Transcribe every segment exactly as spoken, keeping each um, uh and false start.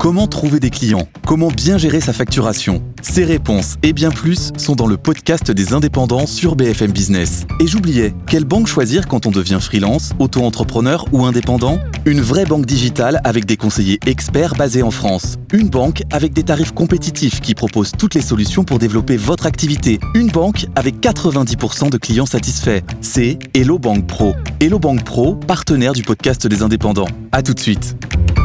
Comment trouver des clients ? Comment bien gérer sa facturation ? Ces réponses et bien plus sont dans le podcast des indépendants sur B F M Business. Et j'oubliais, quelle banque choisir quand on devient freelance, auto-entrepreneur ou indépendant ? Une vraie banque digitale avec des conseillers experts basés en France. Une banque avec des tarifs compétitifs qui propose toutes les solutions pour développer votre activité. Une banque avec quatre-vingt-dix pour cent de clients satisfaits. C'est Hello Bank Pro. Hello Bank Pro, partenaire du podcast des indépendants. À tout de suite.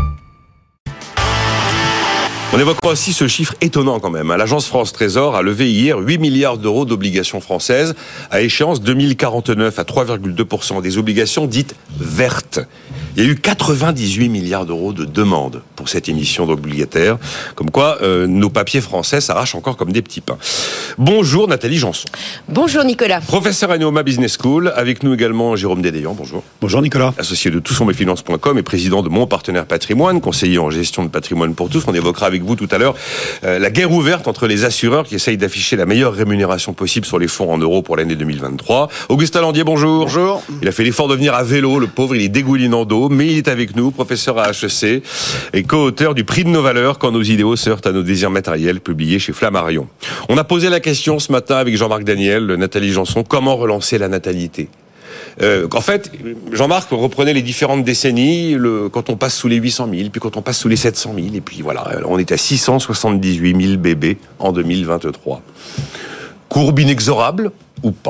On évoquera aussi ce chiffre étonnant quand même. L'Agence France Trésor a levé hier huit milliards d'euros d'obligations françaises à échéance deux mille quarante-neuf à trois virgule deux pour cent des obligations dites vertes. Il y a eu quatre-vingt-dix-huit milliards d'euros de demandes pour cette émission d'obligataires. Comme quoi, euh, nos papiers français s'arrachent encore comme des petits pains. Bonjour Nathalie Janson. Bonjour Nicolas. Professeur à Neoma Business School. Avec nous également Jérôme Dédéan. Bonjour. Bonjour Nicolas. Associé de tous sur mes finances point com et président de Mon Partenaire Patrimoine, conseiller en gestion de patrimoine pour tous. On évoquera avec vous tout à l'heure euh, la guerre ouverte entre les assureurs qui essayent d'afficher la meilleure rémunération possible sur les fonds en euros pour l'année deux mille vingt-trois. Augustin Landier, bonjour. Bonjour. Il a fait l'effort de venir à vélo, le pauvre, il est dégoulinant d'eau, mais il est avec nous, professeur à H E C et co-auteur du Prix de nos valeurs quand nos idéaux se heurtent à nos désirs matériels, publié chez Flammarion. On a posé la question ce matin avec Jean-Marc Daniel, Nathalie Janson, comment relancer la natalité ? Euh, en fait, Jean-Marc reprenait les différentes décennies, le, quand on passe sous les huit cent mille, puis quand on passe sous les sept cent mille, et puis voilà, on est à six cent soixante-dix-huit mille bébés en deux mille vingt-trois. Courbe inexorable ou pas ?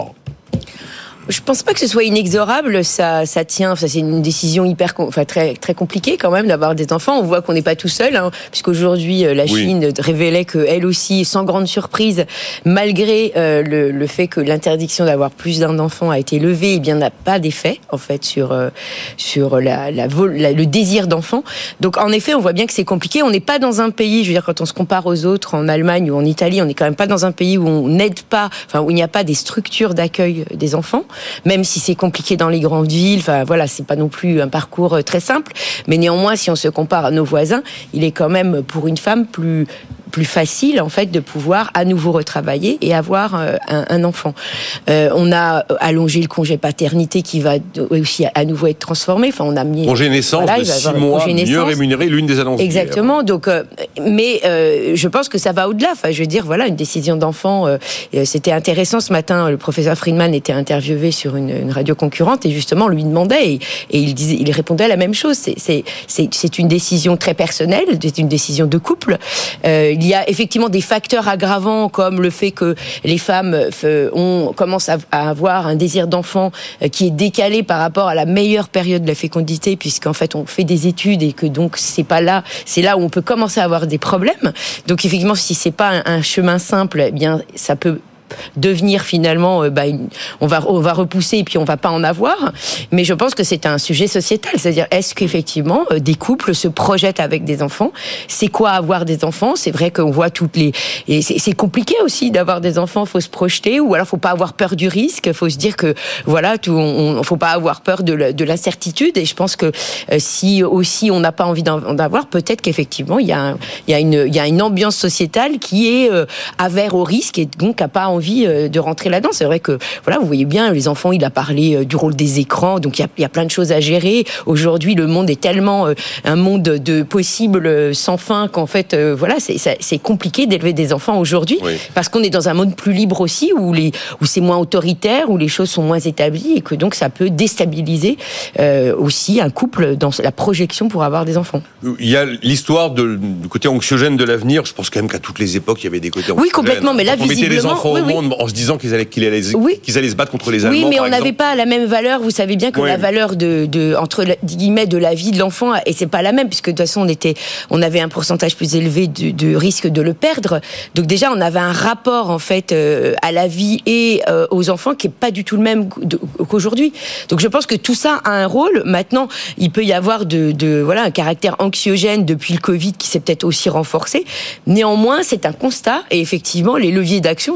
Je pense pas que ce soit inexorable, ça, ça tient, ça c'est une décision hyper, enfin très, très compliquée quand même d'avoir des enfants. On voit qu'on n'est pas tout seul, hein, puisqu'aujourd'hui la Chine oui. révélait que elle aussi, sans grande surprise, malgré euh, le, le fait que l'interdiction d'avoir plus d'un enfant a été levée, eh bien n'a pas d'effet en fait sur euh, sur la, la, la, le désir d'enfant. Donc en effet, on voit bien que c'est compliqué. On n'est pas dans un pays, je veux dire, quand on se compare aux autres, en Allemagne ou en Italie, on n'est quand même pas dans un pays où on n'aide pas, enfin où il n'y a pas des structures d'accueil des enfants. Même si c'est compliqué dans les grandes villes, enfin voilà, c'est pas non plus un parcours très simple, mais néanmoins, si on se compare à nos voisins, il est quand même pour une femme plus plus facile en fait de pouvoir à nouveau retravailler et avoir euh, un, un enfant. Euh, on a allongé le congé paternité qui va aussi à nouveau être transformé. Enfin, on a mis congé naissance voilà, de six mois, mieux rémunéré, l'une des annonces. Exactement. Donc, euh, mais euh, je pense que ça va au-delà. Enfin, je veux dire, voilà, une décision d'enfant. Euh, c'était intéressant ce matin. Le professeur Friedman était interviewé sur une, une radio concurrente et justement on lui demandait et, et il disait, il répondait à la même chose. C'est, c'est, c'est, c'est une décision très personnelle, c'est une décision de couple. Euh, Il y a effectivement des facteurs aggravants comme le fait que les femmes ont, commencent à avoir un désir d'enfant qui est décalé par rapport à la meilleure période de la fécondité, puisqu'en fait on fait des études et que donc c'est pas là, c'est là où on peut commencer à avoir des problèmes. Donc effectivement, si c'est pas un, un chemin simple, eh bien ça peut devenir finalement, euh, bah, une, on va on va repousser et puis on va pas en avoir. Mais je pense que c'est un sujet sociétal, c'est-à-dire est-ce qu'effectivement euh, des couples se projettent avec des enfants ? C'est quoi avoir des enfants ? C'est vrai qu'on voit toutes les et c'est, c'est compliqué aussi d'avoir des enfants. Faut se projeter ou alors faut pas avoir peur du risque. Faut se dire que voilà, tout, on, on faut pas avoir peur de, la, de l'incertitude. Et je pense que euh, si aussi on n'a pas envie d'en avoir, peut-être qu'effectivement il y a un, il y a une il y a une ambiance sociétale qui est euh, avers au risque et donc a pas envie de rentrer là-dedans. C'est vrai que, voilà, vous voyez bien, les enfants, il a parlé du rôle des écrans, donc il y a, il y a plein de choses à gérer. Aujourd'hui, le monde est tellement euh, un monde de possibles sans fin qu'en fait, euh, voilà, c'est, c'est compliqué d'élever des enfants aujourd'hui, oui. parce qu'on est dans un monde plus libre aussi, où, les, où c'est moins autoritaire, où les choses sont moins établies, et que donc ça peut déstabiliser euh, aussi un couple dans la projection pour avoir des enfants. Il y a l'histoire de, du côté anxiogène de l'avenir. Je pense quand même qu'à toutes les époques, il y avait des côtés anxiogènes. Oui, complètement, mais là, on visiblement... mettait les enfants oui, au oui. monde en se disant qu'ils allaient, qu'ils allaient, oui. qu'ils allaient se battre contre les Allemands. Oui, mais on n'avait pas la même valeur. Vous savez bien que oui. la valeur de, de entre guillemets de la vie de l'enfant, et c'est pas la même puisque de toute façon on était, on avait un pourcentage plus élevé de, de risque de le perdre. Donc déjà on avait un rapport en fait euh, à la vie et euh, aux enfants qui est pas du tout le même qu'aujourd'hui. Donc je pense que tout ça a un rôle. Maintenant, il peut y avoir de, de voilà un caractère anxiogène depuis le Covid qui s'est peut-être aussi renforcé. Néanmoins, c'est un constat et effectivement les leviers d'action, je pense qu'ils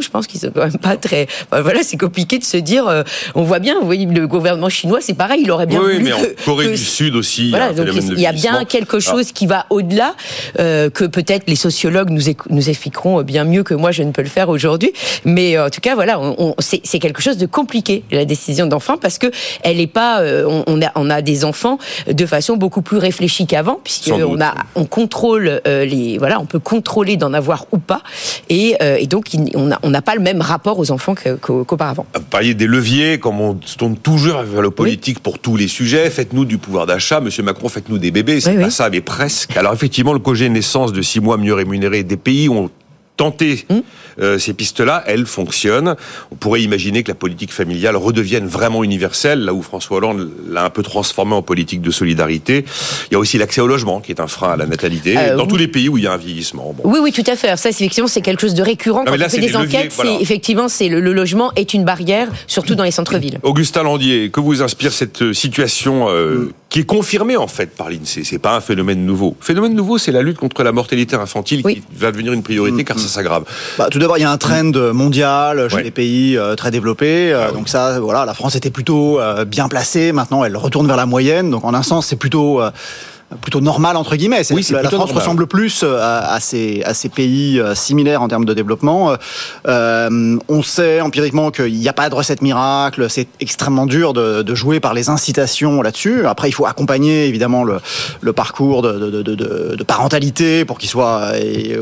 sont quand même pas très. Enfin, voilà, c'est compliqué de se dire. Euh, on voit bien, vous voyez, le gouvernement chinois, c'est pareil, il aurait bien oui, voulu mais que, en Corée que, du Sud aussi, voilà, il y a un donc phénomène de il y a bien quelque chose ah. qui va au-delà euh, que peut-être les sociologues nous, éc- nous expliqueront bien mieux que moi je ne peux le faire aujourd'hui. Mais euh, en tout cas, voilà, on, on, c'est, c'est quelque chose de compliqué la décision d'enfant parce que elle est pas. Euh, on, on a on a des enfants de façon beaucoup plus réfléchie qu'avant puisque on a on contrôle euh, les voilà, on peut contrôler d'en avoir ou pas et, euh, et donc il, on a on n'a pas le même rapport aux enfants que, qu'auparavant. Vous parliez des leviers, comme on se tourne toujours vers le politique oui. pour tous les sujets. Faites-nous du pouvoir d'achat, Monsieur Macron, faites-nous des bébés. C'est oui, pas oui. ça, mais presque. Alors effectivement, le congé de naissance de six mois mieux rémunéré, des pays ont tenté mmh. euh, ces pistes-là, elles fonctionnent. On pourrait imaginer que la politique familiale redevienne vraiment universelle, là où François Hollande l'a un peu transformée en politique de solidarité. Il y a aussi l'accès au logement, qui est un frein à la natalité, euh, dans oui. tous les pays où il y a un vieillissement. Bon. Oui, oui, tout à fait. Alors ça, c'est, effectivement, c'est quelque chose de récurrent. Quand là, on fait des, des enquêtes, leviers, voilà. c'est, effectivement, c'est le, le logement est une barrière, surtout dans les centres-villes. Augustin Landier, que vous inspire cette situation euh, mmh. qui est confirmée, en fait, par l'INSEE? C'est pas un phénomène nouveau. Phénomène nouveau, c'est la lutte contre la mortalité infantile oui. qui va devenir une priorité, mmh. car ça s'aggrave. Bah, tout d'abord, il y a un trend mondial chez ouais. les pays euh, très développés. Euh, ah, donc oui. ça, voilà, la France était plutôt euh, bien placée. Maintenant, elle retourne vers la moyenne. Donc, en un sens, c'est plutôt euh, plutôt normal entre guillemets. C'est, oui, c'est la France normal. Ressemble plus à, à ces à ces pays euh, similaires en termes de développement. Euh, on sait empiriquement qu'il n'y a pas de recette miracle. C'est extrêmement dur de, de jouer par les incitations là-dessus. Après, il faut accompagner évidemment le, le parcours de, de, de, de, de parentalité pour qu'il soit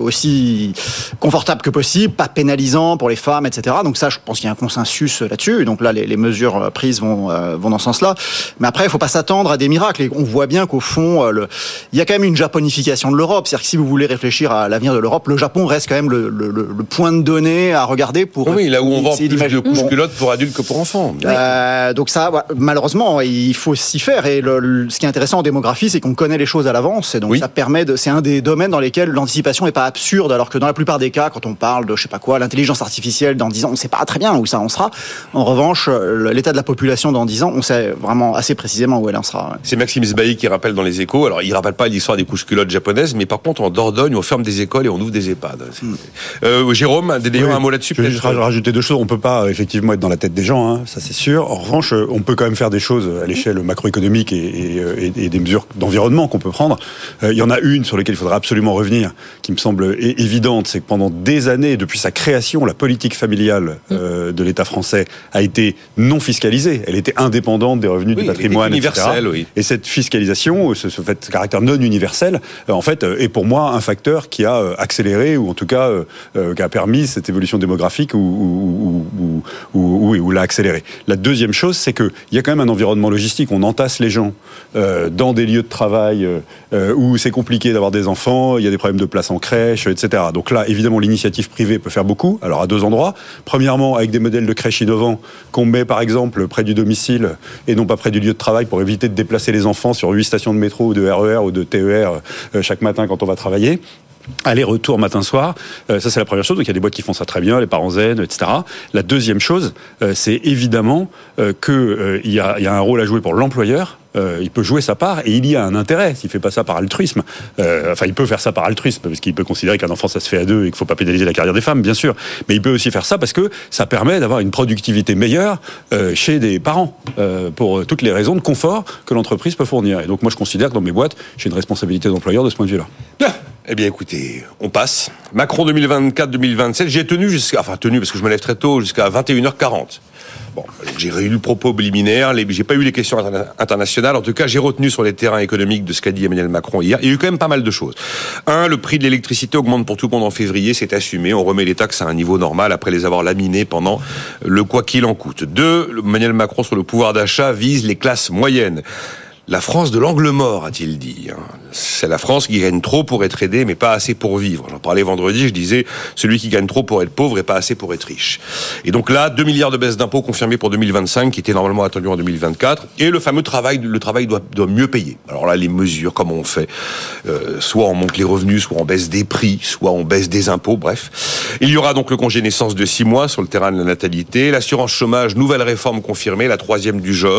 aussi confortable que possible, pas pénalisant pour les femmes, et cetera. Donc ça, je pense qu'il y a un consensus là-dessus. Donc là, les, les mesures prises vont euh, vont dans ce sens-là. Mais après, il faut pas s'attendre à des miracles. Et on voit bien qu'au fond, le il y a quand même une japonification de l'Europe. C'est-à-dire que si vous voulez réfléchir à l'avenir de l'Europe, le Japon reste quand même le, le, le point de données à regarder pour... Oui, là où on vend plus de couches culottes pour adultes que pour enfants. Euh, donc ça, malheureusement, il faut s'y faire. Et le, le, ce qui est intéressant en démographie, c'est qu'on connaît les choses à l'avance. Et donc oui. ça permet de... C'est un des domaines dans lesquels l'anticipation n'est pas absurde, alors que dans la plupart des cas, quand on parle de, je sais pas quoi, l'intelligence artificielle dans dix ans, on ne sait pas très bien où ça en sera. En revanche, l'état de la population dans dix ans, on sait vraiment assez précisément où elle en sera. Ouais. C'est Maxime Sbailly qui rappelle dans les Échos. Alors, il rappelle pas l'histoire des couches culottes japonaises, mais par contre en Dordogne on ferme des écoles et on ouvre des EHPAD. Mm. Euh, Jérôme, d'ailleurs oui, un mot là-dessus. Je vais juste rajouter deux choses. On peut pas effectivement être dans la tête des gens, hein, ça c'est sûr. En revanche, on peut quand même faire des choses à l'échelle macroéconomique et, et, et des mesures d'environnement qu'on peut prendre. Euh, il y en a une sur laquelle il faudra absolument revenir, qui me semble évidente, c'est que pendant des années, depuis sa création, la politique familiale euh, de l'État français a été non fiscalisée. Elle était indépendante des revenus oui, du patrimoine, et cetera. Oui. Et cette fiscalisation, ce, ce fait, ce caractère non universel, euh, en fait, euh, est pour moi un facteur qui a euh, accéléré ou en tout cas euh, euh, qui a permis cette évolution démographique ou, ou, ou, ou, ou, ou l'a accéléré. La deuxième chose, c'est que il y a quand même un environnement logistique. On entasse les gens euh, dans des lieux de travail euh, où c'est compliqué d'avoir des enfants. Il y a des problèmes de place en crèche, et cetera. Donc là, évidemment, l'initiative privée peut faire beaucoup. Alors à deux endroits. Premièrement, avec des modèles de crèche innovants qu'on met par exemple près du domicile et non pas près du lieu de travail pour éviter de déplacer les enfants sur huit stations de métro ou de R E R ou de T E R euh, chaque matin quand on va travailler. Aller-retour matin-soir, euh, ça c'est la première chose. Donc il y a des boîtes qui font ça très bien, les parents zen, et cetera. La deuxième chose, euh, c'est évidemment euh, qu'il euh, y, y a un rôle à jouer pour l'employeur. Euh, il peut jouer sa part et il y a un intérêt s'il fait pas ça par altruisme. Euh, enfin, il peut faire ça par altruisme parce qu'il peut considérer qu'un enfant ça se fait à deux et qu'il faut pas pénaliser la carrière des femmes, bien sûr. Mais il peut aussi faire ça parce que ça permet d'avoir une productivité meilleure euh, chez des parents euh, pour toutes les raisons de confort que l'entreprise peut fournir. Et donc moi je considère que dans mes boîtes j'ai une responsabilité d'employeur de ce point de vue-là. Bien. Eh bien, écoutez, on passe. Macron deux mille vingt-quatre deux mille vingt-sept. J'ai tenu jusqu'à, enfin tenu parce que je me lève très tôt, jusqu'à vingt et une heures quarante. Bon, j'ai eu le propos liminaire, les, j'ai pas eu les questions internationales. En tout cas, j'ai retenu sur les terrains économiques de ce qu'a dit Emmanuel Macron hier. Il y a eu quand même pas mal de choses. Un, le prix de l'électricité augmente pour tout le monde en février, c'est assumé. On remet les taxes à un niveau normal après les avoir laminées pendant le quoi qu'il en coûte. Deux, Emmanuel Macron sur le pouvoir d'achat vise les classes moyennes. La France de l'angle mort, a-t-il dit. C'est la France qui gagne trop pour être aidée, mais pas assez pour vivre. J'en parlais vendredi, je disais, celui qui gagne trop pour être pauvre et pas assez pour être riche. Et donc là, deux milliards de baisse d'impôts confirmés pour deux mille vingt-cinq, qui étaient normalement attendus en deux mille vingt-quatre. Et le fameux travail, le travail doit, doit mieux payer. Alors là, les mesures, comment on fait euh, soit on monte les revenus, soit on baisse des prix, soit on baisse des impôts, bref. Il y aura donc le congé naissance de six mois sur le terrain de la natalité. L'assurance chômage, nouvelle réforme confirmée, la troisième du genre.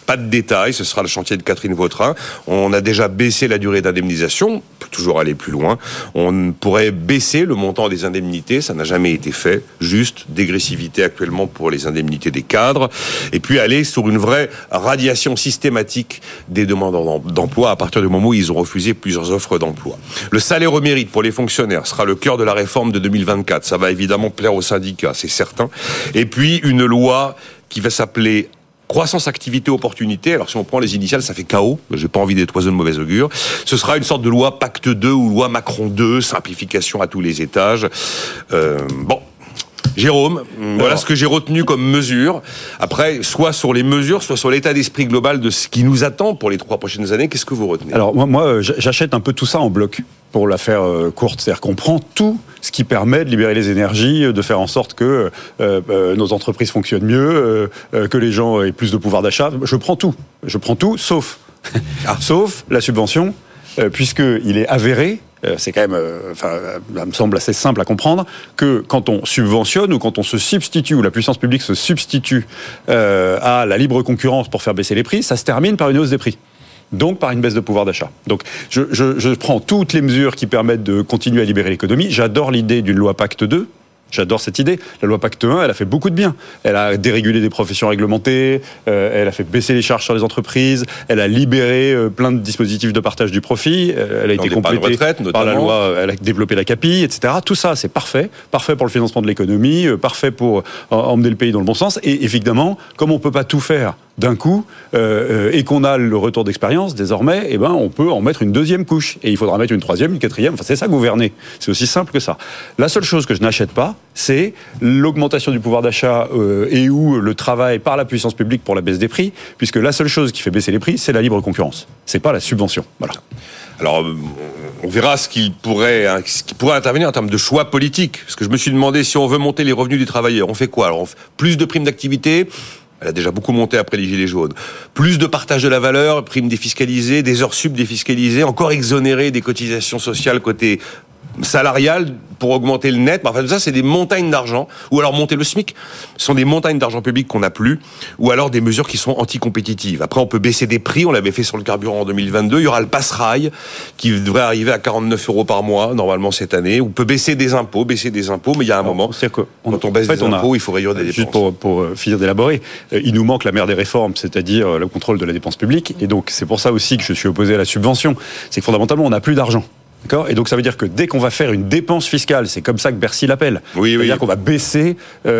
Pas de détails, ce sera le chantier de Catherine Vautrin. On a déjà baissé la durée d'indemnisation, on peut toujours aller plus loin. On pourrait baisser le montant des indemnités, ça n'a jamais été fait. Juste dégressivité actuellement pour les indemnités des cadres. Et puis aller sur une vraie radiation systématique des demandeurs d'emploi à partir du moment où ils ont refusé plusieurs offres d'emploi. Le salaire au mérite pour les fonctionnaires sera le cœur de la réforme de deux mille vingt-quatre. Ça va évidemment plaire aux syndicats, c'est certain. Et puis une loi qui va s'appeler croissance, activité, opportunité. Alors si on prend les initiales, ça fait K O. J'ai pas envie d'être oiseau de mauvais augure. Ce sera une sorte de loi Pacte deux ou loi Macron deux, simplification à tous les étages. Euh, bon. Jérôme, voilà Alors, ce que j'ai retenu comme mesure. Après, soit sur les mesures, soit sur l'état d'esprit global de ce qui nous attend pour les trois prochaines années. Qu'est-ce que vous retenez ? Alors moi, moi, j'achète un peu tout ça en bloc pour la faire euh, courte. C'est-à-dire qu'on prend tout ce qui permet de libérer les énergies, de faire en sorte que euh, euh, nos entreprises fonctionnent mieux, euh, que les gens aient plus de pouvoir d'achat. Je prends tout. Je prends tout, sauf, ah. sauf la subvention, euh, puisqu'il est avéré. C'est quand même, euh, enfin, ça me semble assez simple à comprendre, que quand on subventionne ou quand on se substitue, ou la puissance publique se substitue euh, à la libre concurrence pour faire baisser les prix, ça se termine par une hausse des prix. Donc par une baisse de pouvoir d'achat. Donc je, je, je prends toutes les mesures qui permettent de continuer à libérer l'économie. J'adore l'idée d'une loi Pacte deux. J'adore cette idée. La loi Pacte un, elle a fait beaucoup de bien. Elle a dérégulé des professions réglementées, euh, elle a fait baisser les charges sur les entreprises, elle a libéré euh, plein de dispositifs de partage du profit, euh, elle a Dans été complétée retraite, par la loi, elle a développé la CAPI, et cetera. Tout ça, c'est parfait. Parfait pour le financement de l'économie, euh, parfait pour euh, emmener le pays dans le bon sens. Et évidemment, comme on ne peut pas tout faire d'un coup, euh, et qu'on a le retour d'expérience, désormais, eh ben, on peut en mettre une deuxième couche. Et il faudra mettre une troisième, une quatrième. Enfin, c'est ça, gouverner. C'est aussi simple que ça. La seule chose que je n'achète pas, c'est l'augmentation du pouvoir d'achat euh, et ou le travail par la puissance publique pour la baisse des prix, puisque la seule chose qui fait baisser les prix, c'est la libre concurrence. C'est pas la subvention. Voilà. Alors, on verra ce qui pourrait, ce qui pourrait intervenir en termes de choix politiques. Parce que je me suis demandé, si on veut monter les revenus des travailleurs, on fait quoi ? Alors, on fait plus de primes d'activité. Elle a déjà beaucoup monté après les Gilets jaunes. Plus de partage de la valeur, primes défiscalisées, des heures sub défiscalisées, encore exonérées des cotisations sociales côté salarial pour augmenter le net. Enfin, tout ça, c'est des montagnes d'argent. Ou alors monter le SMIC. Ce sont des montagnes d'argent public qu'on n'a plus. Ou alors des mesures qui sont anticompétitives. Après, on peut baisser des prix. On l'avait fait sur le carburant en deux mille vingt-deux. Il y aura le passe-rail qui devrait arriver à quarante-neuf euros par mois, normalement, cette année. On peut baisser des impôts, baisser des impôts. Mais il y a un alors, moment, que on, quand on baisse en fait, des impôts, a, il faut réduire des dépenses. Juste pour, pour finir d'élaborer, il nous manque la mère des réformes, c'est-à-dire le contrôle de la dépense publique. Et donc, c'est pour ça aussi que je suis opposé à la subvention. C'est que fondamentalement, on n'a plus d'argent. D'accord ? Et donc ça veut dire que dès qu'on va faire une dépense fiscale, c'est comme ça que Bercy l'appelle. Oui, C'est-à-dire oui. qu'on va baisser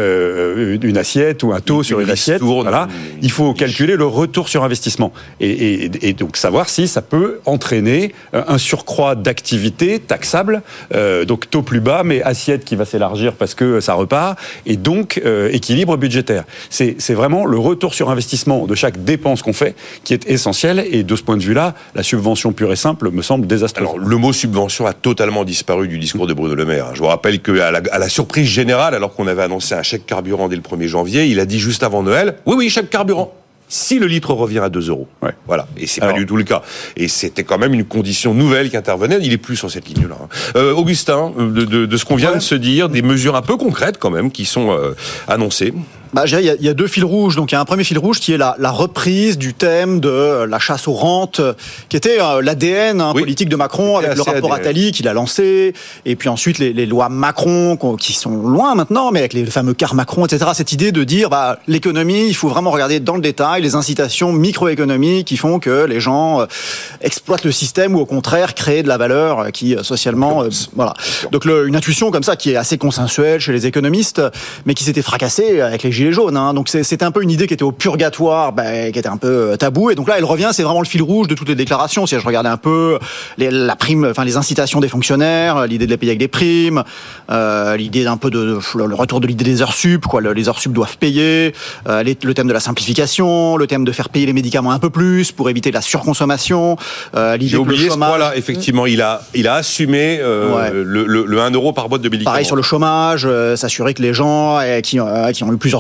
euh, une assiette ou un taux une sur une assiette. Tourne, voilà. Une... Il faut calculer le retour sur investissement. Et, et, et donc savoir si ça peut entraîner un surcroît d'activité taxable, euh, donc taux plus bas, mais assiette qui va s'élargir parce que ça repart, et donc euh, équilibre budgétaire. C'est, c'est vraiment le retour sur investissement de chaque dépense qu'on fait qui est essentiel. Et de ce point de vue-là, la subvention pure et simple me semble désastreuse. Alors, le mot subvention a totalement disparu du discours de Bruno Le Maire. Je vous rappelle qu'à la, à la surprise générale, alors qu'on avait annoncé un chèque carburant dès le premier janvier, il a dit juste avant Noël, oui, oui, chèque carburant. Si le litre revient à deux euros. Ouais. Voilà. Et c'est alors, pas du tout le cas. Et c'était quand même une condition nouvelle qui intervenait. Il est plus sur cette ligne-là. Euh, Augustin, de, de, de ce qu'on vient ouais. de se dire, des mesures un peu concrètes quand même qui sont euh, annoncées. Bah, il y, y a deux fils rouges. Donc, il y a un premier fil rouge qui est la, la reprise du thème de euh, la chasse aux rentes, qui était euh, l'A D N hein, oui. politique de Macron, avec le rapport A D N. Attali qu'il a lancé, et puis ensuite les, les lois Macron qui sont loin maintenant, mais avec les fameux cars Macron, et cetera. Cette idée de dire, bah, l'économie, il faut vraiment regarder dans le détail les incitations microéconomiques qui font que les gens euh, exploitent le système ou au contraire créent de la valeur euh, qui socialement, euh, voilà. Donc, le, une intuition comme ça qui est assez consensuelle chez les économistes, mais qui s'était fracassée avec les Gilets jaunes. Hein. Donc c'est, c'était un peu une idée qui était au purgatoire, bah, qui était un peu tabou. Et donc là, elle revient, c'est vraiment le fil rouge de toutes les déclarations. Si je regardais un peu les, la prime, enfin les incitations des fonctionnaires, l'idée de les payer avec des primes, euh, l'idée d'un peu de, de le retour de l'idée des heures sup, quoi. Le, les heures sup doivent payer. Euh, les, le thème de la simplification, le thème de faire payer les médicaments un peu plus pour éviter la surconsommation. Euh, l'idée J'ai oublié le chômage... ce point-là. Effectivement, il a, il a assumé euh, ouais. le, le, le un euro par boîte de médicaments. Pareil sur le chômage, euh, s'assurer que les gens euh, qui, euh, qui ont eu plusieurs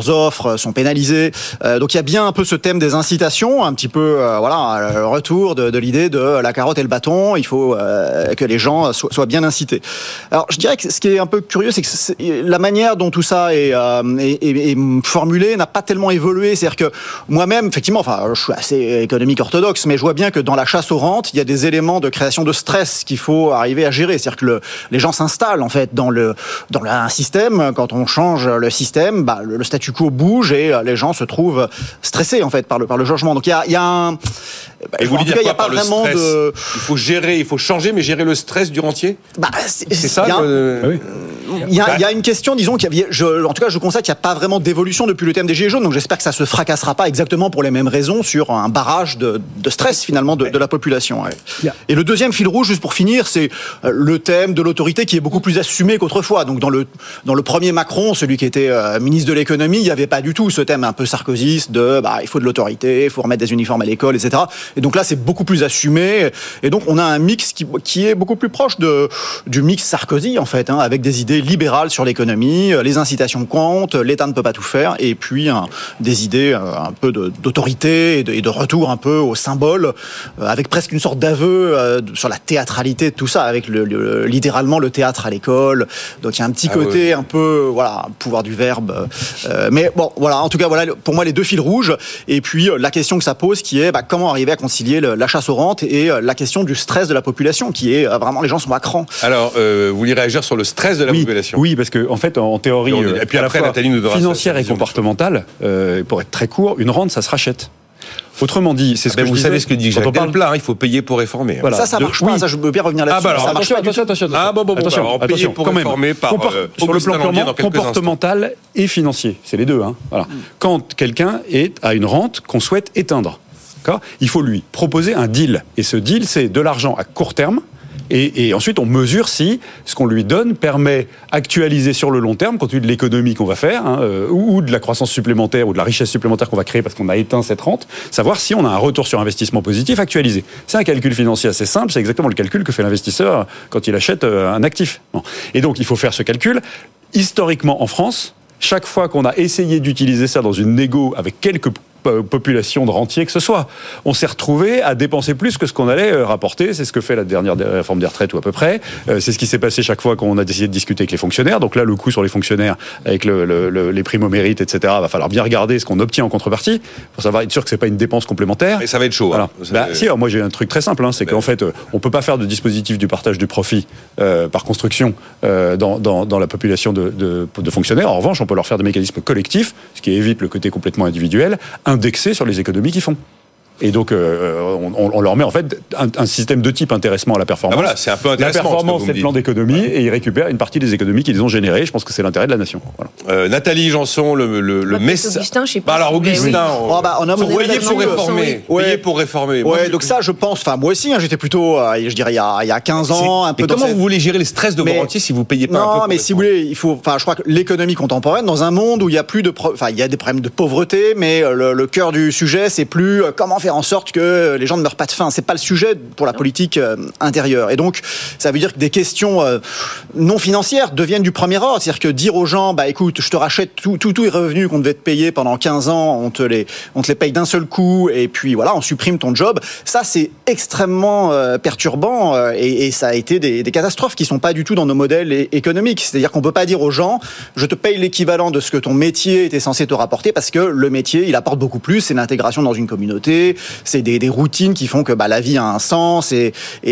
leurs offres sont pénalisées. Euh, donc il y a bien un peu ce thème des incitations, un petit peu euh, voilà le retour de, de l'idée de la carotte et le bâton. Il faut euh, que les gens soient, soient bien incités. Alors je dirais que ce qui est un peu curieux, c'est que c'est, la manière dont tout ça est, euh, est, est, est formulé n'a pas tellement évolué. C'est-à-dire que moi-même, effectivement, enfin, je suis assez économique orthodoxe, mais je vois bien que dans la chasse aux rentes, il y a des éléments de création de stress qu'il faut arriver à gérer. C'est-à-dire que le, les gens s'installent en fait dans le dans le, un système. Quand on change le système, bah, le, le statu quo bouge et les gens se trouvent stressés en fait par le par le changement. Donc il y a, il y a un et vous en tout cas, il n'y a pas vraiment stress de. Il faut gérer, il faut changer, mais gérer le stress du rentier. Bah, c'est, c'est ça. Il y, a, le... oui. il, y a, il y a une question, disons qu'il y a, je, en tout cas, je constate qu'il n'y a pas vraiment d'évolution depuis le thème des gilets jaunes. Donc j'espère que ça se fracassera pas exactement pour les mêmes raisons sur un barrage de, de stress finalement de, de la population. Ouais. Yeah. Et le deuxième fil rouge, juste pour finir, c'est le thème de l'autorité qui est beaucoup plus assumé qu'autrefois. Donc dans le dans le premier Macron, celui qui était euh, ministre de l'économie, il n'y avait pas du tout ce thème un peu sarkozyste de bah il faut de l'autorité, il faut remettre des uniformes à l'école, et cetera. Et donc là, c'est beaucoup plus assumé. Et donc on a un mix qui qui est beaucoup plus proche de du mix Sarkozy en fait, hein, avec des idées libérales sur l'économie, les incitations comptent, l'État ne peut pas tout faire, et puis hein, des idées euh, un peu de, d'autorité et de, et de retour un peu au symbole, euh, avec presque une sorte d'aveu euh, sur la théâtralité de tout ça, avec le, le, littéralement le théâtre à l'école. Donc il y a un petit ah côté ouais. un peu, voilà, pouvoir du verbe. Euh, mais bon, voilà, en tout cas, voilà, pour moi, les deux fils rouges. Et puis la question que ça pose, qui est bah, comment arriver à concilier le, la chasse aux rentes et la question du stress de la population, qui est vraiment, les gens sont à cran. Alors, euh, vous voulez réagir sur le stress de la oui, population? Oui, parce que en fait, en théorie, et, et puis après, Nathalie nous donnera financière et comportementale, euh, pour être très court, une rente, ça se rachète. Autrement dit, c'est ce ah ben que vous je savez disais, ce que dit Jacques Delplat, hein, il faut payer pour réformer. Voilà. Ça, ça marche de, pas. Oui. Ça, je veux bien revenir là-dessus. Ah bah alors, ça attention, marche attention, attention, attention. Ah bon, bon, bon attention, alors, attention, pour quand réformer même. Par Compor- euh, sur le plan purement comportemental instants. Et financier, c'est les deux. Hein. Voilà. Mm. Quand quelqu'un est à une rente qu'on souhaite éteindre, il faut lui proposer un deal. Et ce deal, c'est de l'argent à court terme. Et, et ensuite, on mesure si ce qu'on lui donne permet actualiser sur le long terme, compte tenu de l'économie qu'on va faire, hein, euh, ou, ou de la croissance supplémentaire, ou de la richesse supplémentaire qu'on va créer parce qu'on a éteint cette rente, savoir si on a un retour sur investissement positif actualisé. C'est un calcul financier assez simple, c'est exactement le calcul que fait l'investisseur quand il achète euh, un actif. Bon. Et donc, il faut faire ce calcul. Historiquement, en France, chaque fois qu'on a essayé d'utiliser ça dans une négo avec quelques population de rentiers que ce soit. On s'est retrouvé à dépenser plus que ce qu'on allait rapporter. C'est ce que fait la dernière réforme des retraites, ou à peu près. C'est ce qui s'est passé chaque fois qu'on a décidé de discuter avec les fonctionnaires. Donc là, le coût sur les fonctionnaires, avec le, le, le, les primes au mérite, et cetera, va falloir bien regarder ce qu'on obtient en contrepartie pour savoir être sûr que c'est pas une dépense complémentaire. Mais ça va être chaud. Voilà. Hein. Bah, si, alors moi j'ai un truc très simple, hein, c'est bah, qu'en fait, on peut pas faire de dispositif du partage du profit euh, par construction euh, dans, dans, dans la population de, de, de fonctionnaires. En revanche, on peut leur faire des mécanismes collectifs, ce qui évite le côté complètement individuel, indexé sur les économies qu'ils font. Et donc, euh, on, on leur met en fait un, un système de type intéressement à la performance. Ah voilà, c'est un peu intéressant. La performance, c'est le plan d'économie, et ils récupèrent une partie des économies qu'ils ont générées. Je pense que c'est l'intérêt de la nation. Voilà. Euh, Nathalie Janson, le, le, le message. Augustin, je sais pas. Bah alors, Augustin, oui. on, oh, bah, on a faut payer pour réformer. Oui. Payer pour réformer. Ouais, moi, donc ça, je pense. Enfin, moi aussi, hein, j'étais plutôt, euh, je dirais, il y a, il y a quinze ans, un peu. Et comment cette... vous voulez gérer les stress de vos rentiers si vous payez pas non, un peu? Non, mais si vous voulez, il faut. Enfin, je crois que l'économie contemporaine, dans un monde où il y a plus de, pro... enfin, il y a des problèmes de pauvreté, mais le, le cœur du sujet, c'est plus comment faire en sorte que les gens ne meurent pas de faim. C'est pas le sujet pour la politique euh, intérieure. Et donc, ça veut dire que des questions euh, non financières deviennent du premier ordre. C'est-à-dire que dire aux gens, bah écoute, je te rachète tout, tout, tout les revenus qu'on devait te payer pendant quinze ans, on te les, on te les paye d'un seul coup, et puis voilà, on supprime ton job. Ça, c'est extrêmement euh, perturbant, euh, et, et ça a été des, des catastrophes qui sont pas du tout dans nos modèles é- économiques. C'est-à-dire qu'on peut pas dire aux gens, je te paye l'équivalent de ce que ton métier était censé te rapporter, parce que le métier, il apporte beaucoup plus. C'est l'intégration dans une communauté, c'est des, des routines qui font que bah, la vie a un sens, et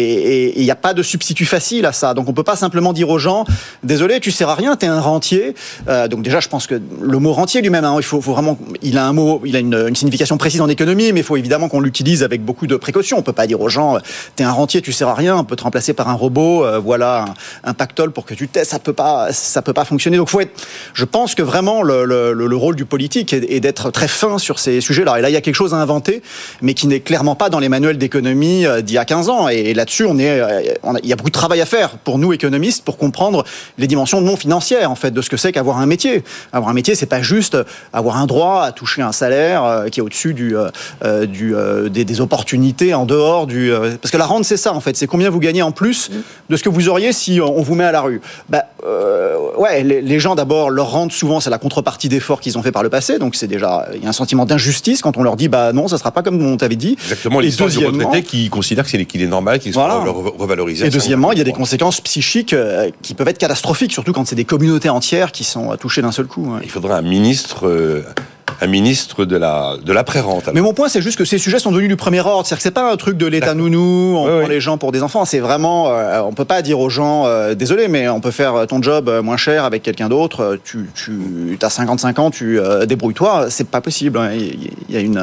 il n'y a pas de substitut facile à ça. Donc on peut pas simplement dire aux gens, désolé, tu sers à rien, t'es un rentier. Euh, donc déjà, je pense que le mot rentier lui-même, hein, il faut, faut vraiment, il a un mot, il a une, une signification précise en économie, mais il faut évidemment qu'on l'utilise avec beaucoup de précautions. On peut pas dire aux gens, t'es un rentier, tu sers à rien, on peut te remplacer par un robot, euh, voilà un, un pactole pour que tu testes, ça peut pas, ça peut pas fonctionner. Donc faut être, je pense que vraiment le, le, le rôle du politique est, est d'être très fin sur ces sujets-là. Et là, il y a quelque chose à inventer, mais qui n'est clairement pas dans les manuels d'économie d'il y a quinze ans. Et là-dessus, on est, on a, il y a beaucoup de travail à faire pour nous économistes pour comprendre les dimensions non financières en fait de ce que c'est qu'avoir un métier. Avoir un métier, c'est pas juste avoir un droit à toucher un salaire qui est au-dessus du, euh, du euh, des, des opportunités en dehors du. Euh, parce que la rente, c'est ça en fait, c'est combien vous gagnez en plus de ce que vous auriez si on vous met à la rue. Bah, euh, ouais, les, les gens d'abord leur rente souvent, c'est la contrepartie d'efforts qu'ils ont fait par le passé, donc c'est déjà il y a un sentiment d'injustice quand on leur dit bah non, ça sera pas comme on t'avait dit. Exactement, l'histoire du retraité qui considère que c'est qu'il est normal qu'il soit voilà. revalorisé. Et deuxièmement, il y a des conséquences psychiques euh, qui peuvent être catastrophiques, surtout quand c'est des communautés entières qui sont touchées d'un seul coup. Ouais. Il faudrait un ministre. Euh... un ministre de la de l'après-rente. Mais mon point, c'est juste que ces sujets sont devenus du premier ordre. C'est-à-dire que c'est pas un truc de l'État nounou, on oui, prend oui. les gens pour des enfants. C'est vraiment, euh, on peut pas dire aux gens, euh, désolé, mais on peut faire ton job moins cher avec quelqu'un d'autre. Tu, tu as cinquante-cinq ans, tu euh, débrouille-toi. C'est pas possible. Il y a une,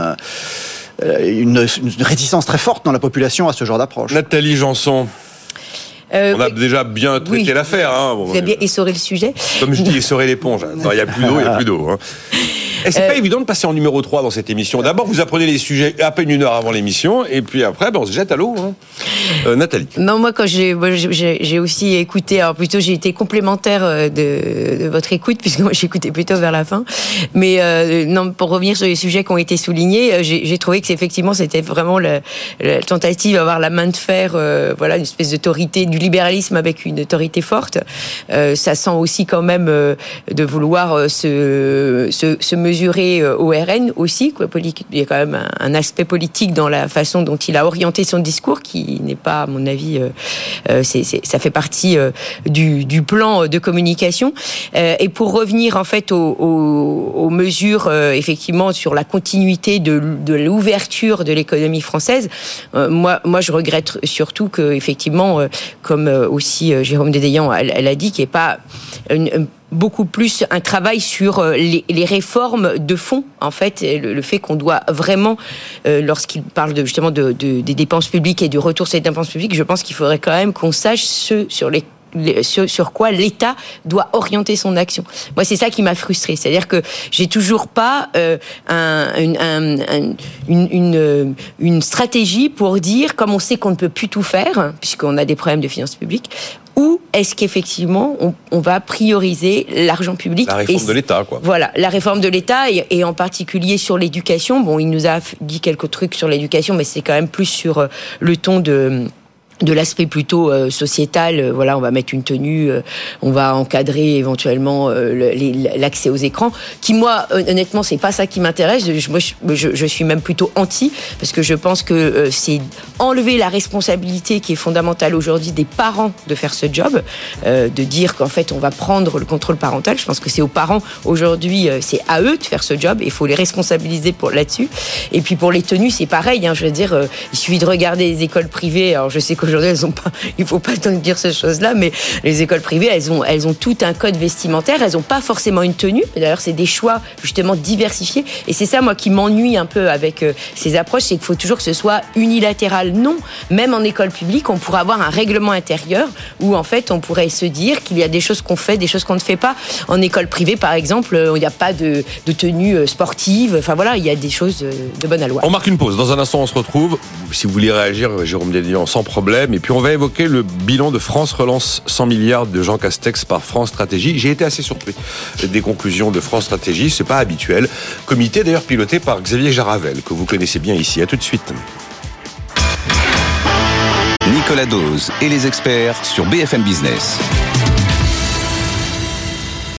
euh, une, une réticence très forte dans la population à ce genre d'approche. Nathalie Janson. Euh, on a oui. déjà bien traité oui. l'affaire. Hein. Vous avez bien essoré le sujet. Comme je dis, essoré l'éponge. Il n'y a plus d'eau, il n'y a plus d'eau. Hein. Et c'est euh, pas évident de passer en numéro trois dans cette émission. D'abord, vous apprenez les sujets à peine une heure avant l'émission, et puis après, ben, on se jette à l'eau. Hein. Euh, Nathalie. Non, moi, quand j'ai, moi, j'ai, j'ai aussi écouté, alors plutôt, j'ai été complémentaire de, de votre écoute, puisque moi, j'écoutais plutôt vers la fin. Mais euh, non, pour revenir sur les sujets qui ont été soulignés, j'ai, j'ai trouvé que c'est, effectivement, c'était vraiment la, la tentative d'avoir la main de fer, euh, voilà, une espèce d'autorité, du libéralisme avec une autorité forte. Euh, ça sent aussi quand même euh, de vouloir euh, se, se, se mesurer au R N aussi, quoi. Il y a quand même un, un aspect politique dans la façon dont il a orienté son discours qui n'est pas, à mon avis, euh, euh, c'est, c'est, ça fait partie euh, du, du plan de communication. Euh, et pour revenir en fait aux, aux, aux mesures euh, effectivement sur la continuité de, de l'ouverture de l'économie française, euh, moi, moi je regrette surtout que effectivement, euh, comme euh, aussi euh, Jérôme Dédéian elle, elle a dit, qu'il n'y ait pas une, une beaucoup plus un travail sur les, les réformes de fond, en fait, le, le fait qu'on doit vraiment, euh, lorsqu'il parle de, justement de, de, des dépenses publiques et du retour sur les dépenses publiques, je pense qu'il faudrait quand même qu'on sache ce sur les Sur, sur quoi l'État doit orienter son action. Moi, c'est ça qui m'a frustrée. C'est-à-dire que j'ai toujours pas euh, un, une, un, un, une, une, une stratégie pour dire, comme on sait qu'on ne peut plus tout faire, puisqu'on a des problèmes de finances publiques, où est-ce qu'effectivement on, on va prioriser l'argent public. La réforme et, de l'État, quoi. Voilà, la réforme de l'État, et, et en particulier sur l'éducation. Bon, il nous a dit quelques trucs sur l'éducation, mais c'est quand même plus sur le ton de... de l'aspect plutôt euh, sociétal, euh, voilà, on va mettre une tenue, euh, on va encadrer éventuellement euh, le, les, l'accès aux écrans, qui moi, honnêtement, c'est pas ça qui m'intéresse. Je, moi, je, je suis même plutôt anti, parce que je pense que euh, c'est enlever la responsabilité qui est fondamentale aujourd'hui des parents de faire ce job, euh, de dire qu'en fait, on va prendre le contrôle parental. Je pense que c'est aux parents aujourd'hui, euh, c'est à eux de faire ce job, et il faut les responsabiliser pour là-dessus. Et puis pour les tenues, c'est pareil, hein, je veux dire, euh, il suffit de regarder les écoles privées. Alors je sais qu'aujourd'hui, elles ont pas, il faut pas tant dire ces choses-là, mais les écoles privées, elles ont, elles ont tout un code vestimentaire, elles ont pas forcément une tenue. D'ailleurs, c'est des choix justement diversifiés. Et c'est ça, moi, qui m'ennuie un peu avec euh, ces approches, c'est qu'il faut toujours que ce soit unilatéral. Non, même en école publique, on pourrait avoir un règlement intérieur où en fait, on pourrait se dire qu'il y a des choses qu'on fait, des choses qu'on ne fait pas. En école privée, par exemple, il n'y a pas de, de tenue sportive. Enfin voilà, il y a des choses de bonne loi. On marque une pause. Dans un instant, on se retrouve. Si vous voulez réagir, Jérôme Dédéian, sans problème. Et puis on va évoquer le bilan de France Relance cent milliards de Jean Castex par France Stratégie. J'ai été assez surpris des conclusions de France Stratégie, c'est pas habituel. Comité d'ailleurs piloté par Xavier Jaravel, que vous connaissez bien ici. À tout de suite. Nicolas Dose et les experts sur B F M Business.